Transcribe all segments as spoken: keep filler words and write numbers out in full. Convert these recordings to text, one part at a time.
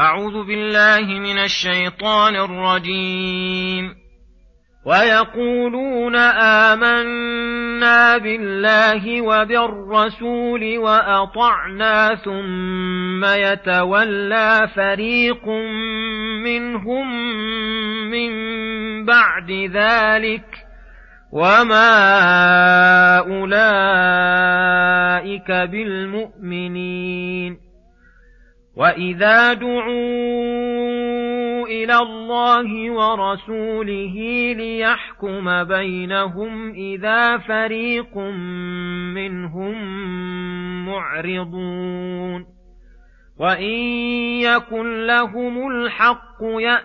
أعوذ بالله من الشيطان الرجيم. ويقولون آمنا بالله وبالرسول وأطعنا ثم يتولى فريق منهم من بعد ذلك وما أولئك بالمؤمنين. وإذا دعوا إلى الله ورسوله ليحكم بينهم إذا فريق منهم معرضون. وإن يكن لهم الحق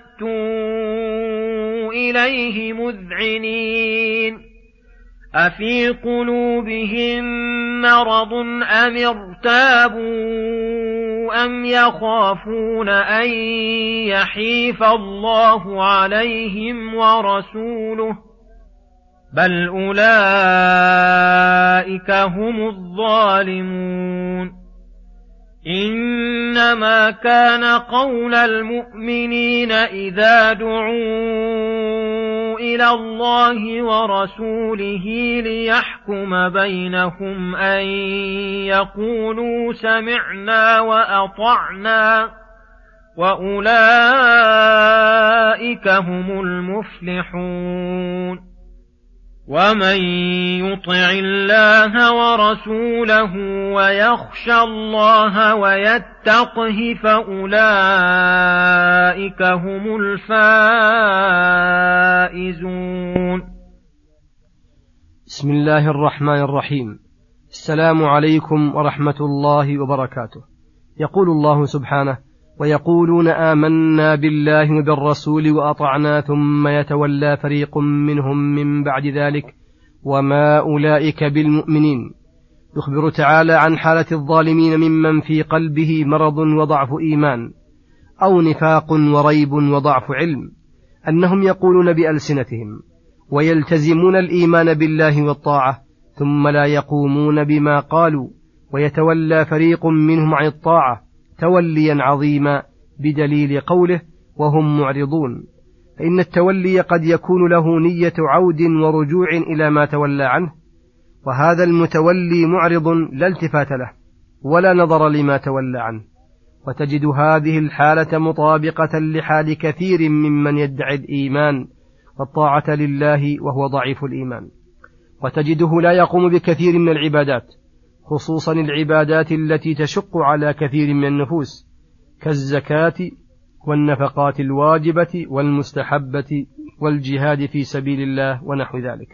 يأتوا إليه مذعنين. أفي قلوبهم مرض أم ارتابوا أم يخافون أن يحيف الله عليهم ورسوله بل أولئك هم الظالمون. إنما كان قول المؤمنين إذا دعوا إلى الله ورسوله ليحكم بينهم أن يقولوا سمعنا وأطعنا وأولئك هم المفلحون. ومن يطع الله ورسوله ويخشى الله ويتقه فأولئك هم الفائزون. بسم الله الرحمن الرحيم. السلام عليكم ورحمة الله وبركاته. يقول الله سبحانه: ويقولون آمنا بالله وبالرسول وأطعنا ثم يتولى فريق منهم من بعد ذلك وما أولئك بالمؤمنين. يخبر تعالى عن حالة الظالمين ممن في قلبه مرض وضعف إيمان أو نفاق وريب وضعف علم، أنهم يقولون بألسنتهم ويلتزمون الإيمان بالله والطاعة ثم لا يقومون بما قالوا، ويتولى فريق منهم عن الطاعة توليا عظيما بدليل قوله وهم معرضون. فإن التولي قد يكون له نية عود ورجوع إلى ما تولى عنه، وهذا المتولي معرض لا التفات له ولا نظر لما تولى عنه. وتجد هذه الحالة مطابقة لحال كثير ممن يدعي الإيمان والطاعة لله وهو ضعيف الإيمان، وتجده لا يقوم بكثير من العبادات، خصوصا العبادات التي تشق على كثير من النفوس كالزكاة والنفقات الواجبة والمستحبة والجهاد في سبيل الله ونحو ذلك.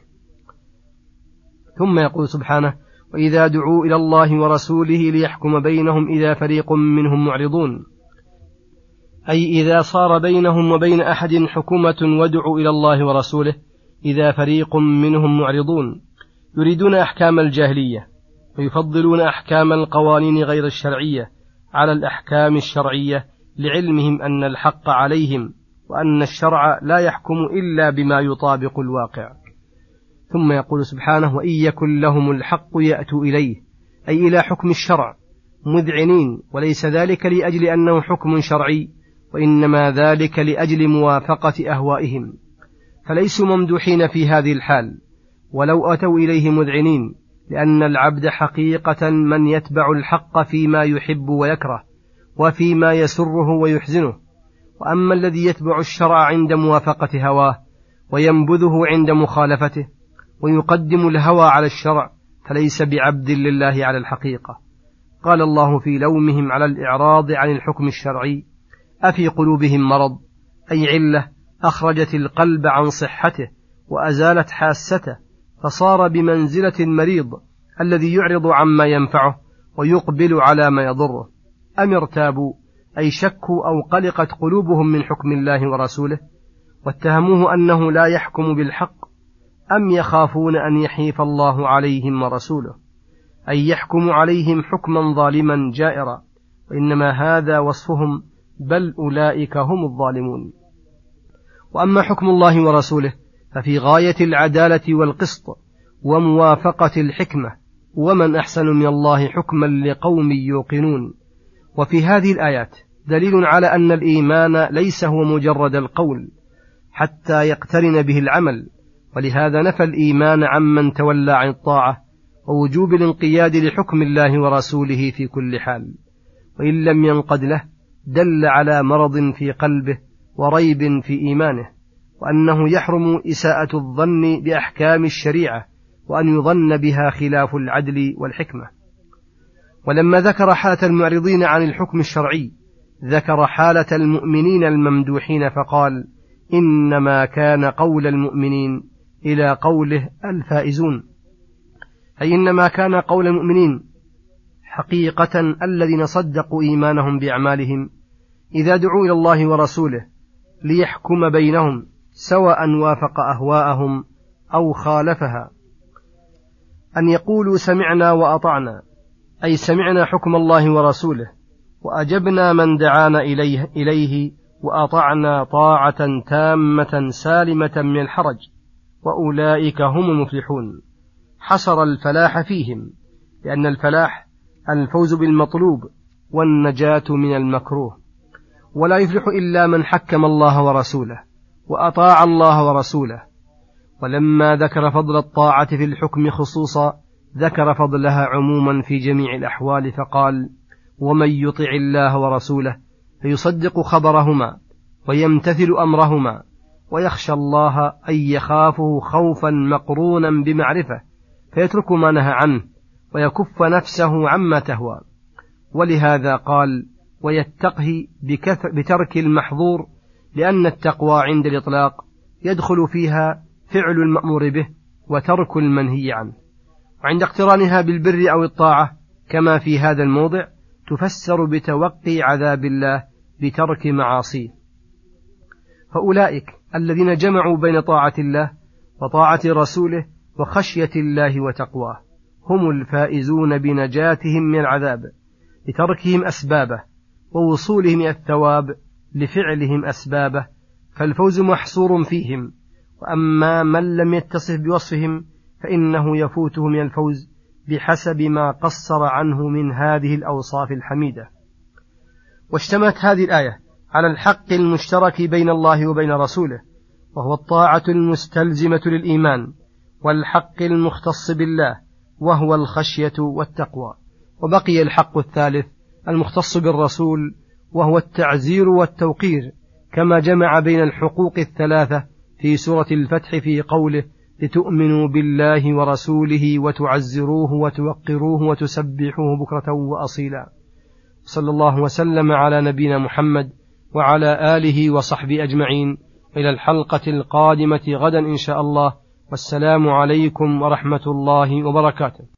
ثم يقول سبحانه: وإذا دعوا إلى الله ورسوله ليحكم بينهم إذا فريق منهم معرضون، أي إذا صار بينهم وبين أحد حكومة ودعوا إلى الله ورسوله إذا فريق منهم معرضون، يريدون أحكام الجاهلية ويفضلون أحكام القوانين غير الشرعية على الأحكام الشرعية لعلمهم أن الحق عليهم وأن الشرع لا يحكم إلا بما يطابق الواقع. ثم يقول سبحانه: وإن يكن لهم الحق يأتوا إليه، أي إلى حكم الشرع مذعنين، وليس ذلك لأجل أنه حكم شرعي، وإنما ذلك لأجل موافقة أهوائهم، فليسوا ممدوحين في هذه الحال ولو أتوا إليه مذعنين، لأن العبد حقيقة من يتبع الحق فيما يحب ويكره وفيما يسره ويحزنه. وأما الذي يتبع الشرع عند موافقة هواه وينبذه عند مخالفته ويقدم الهوى على الشرع فليس بعبد لله على الحقيقة. قال الله في لومهم على الإعراض عن الحكم الشرعي: أفي قلوبهم مرض، أي علة أخرجت القلب عن صحته وأزالت حاسته، فصار بمنزلة المريض الذي يعرض عما ينفعه ويقبل على ما يضره. أم ارتابوا، أي شكوا أو قلقت قلوبهم من حكم الله ورسوله واتهموه أنه لا يحكم بالحق، أم يخافون أن يحيف الله عليهم ورسوله، أي يحكم عليهم حكما ظالما جائرا، وإنما هذا وصفهم بل أولئك هم الظالمون. وأما حكم الله ورسوله ففي غاية العدالة والقسط وموافقة الحكمة، ومن أحسن من الله حكما لقوم يوقنون. وفي هذه الآيات دليل على أن الإيمان ليس هو مجرد القول حتى يقترن به العمل، ولهذا نفى الإيمان عمن تولى عن الطاعة ووجوب الانقياد لحكم الله ورسوله في كل حال، وإن لم ينقد له دل على مرض في قلبه وريب في إيمانه، وأنه يحرم إساءة الظن بأحكام الشريعة وأن يظن بها خلاف العدل والحكمة. ولما ذكر حالة المعرضين عن الحكم الشرعي ذكر حالة المؤمنين الممدوحين فقال: إنما كان قول المؤمنين إلى قوله الفائزون، أي إنما كان قول المؤمنين حقيقة الذين صدقوا إيمانهم بأعمالهم إذا دعوا إلى الله ورسوله ليحكم بينهم سواء وافق أهواءهم أو خالفها، أن يقولوا سمعنا وأطعنا، أي سمعنا حكم الله ورسوله وأجبنا من دعانا إليه, إليه وأطعنا طاعة تامة سالمة من الحرج، وأولئك هم المفلحون. حصر الفلاح فيهم، لأن الفلاح الفوز بالمطلوب والنجاة من المكروه، ولا يفلح إلا من حكم الله ورسوله وأطاع الله ورسوله. ولما ذكر فضل الطاعة في الحكم خصوصا ذكر فضلها عموما في جميع الأحوال فقال: ومن يطع الله ورسوله فيصدق خبرهما ويمتثل أمرهما ويخشى الله أي يخافه خوفا مقرونا بمعرفة فيترك ما نهى عنه ويكف نفسه عما تهوى. ولهذا قال: ويتقه بترك المحظور، لأن التقوى عند الإطلاق يدخل فيها فعل المأمور به وترك المنهي عنه، وعند اقترانها بالبر أو الطاعة كما في هذا الموضع تفسر بتوقي عذاب الله بترك معاصيه. فأولئك الذين جمعوا بين طاعة الله وطاعة رسوله وخشية الله وتقواه هم الفائزون بنجاتهم من العذاب لتركهم أسبابه ووصولهم إلى الثواب لفعلهم أسبابه، فالفوز محصور فيهم. وأما من لم يتصف بوصفهم فإنه يفوته من الفوز بحسب ما قصر عنه من هذه الأوصاف الحميدة. واشتملت هذه الآية على الحق المشترك بين الله وبين رسوله، وهو الطاعة المستلزمة للإيمان، والحق المختص بالله وهو الخشية والتقوى. وبقي الحق الثالث المختص بالرسول وهو التعزير والتوقير، كما جمع بين الحقوق الثلاثة في سورة الفتح في قوله: لتؤمنوا بالله ورسوله وتعزروه وتوقروه وتسبحوه بكرة وأصيلا. صلى الله وسلم على نبينا محمد وعلى آله وصحبه أجمعين، إلى الحلقة القادمة غدا إن شاء الله، والسلام عليكم ورحمة الله وبركاته.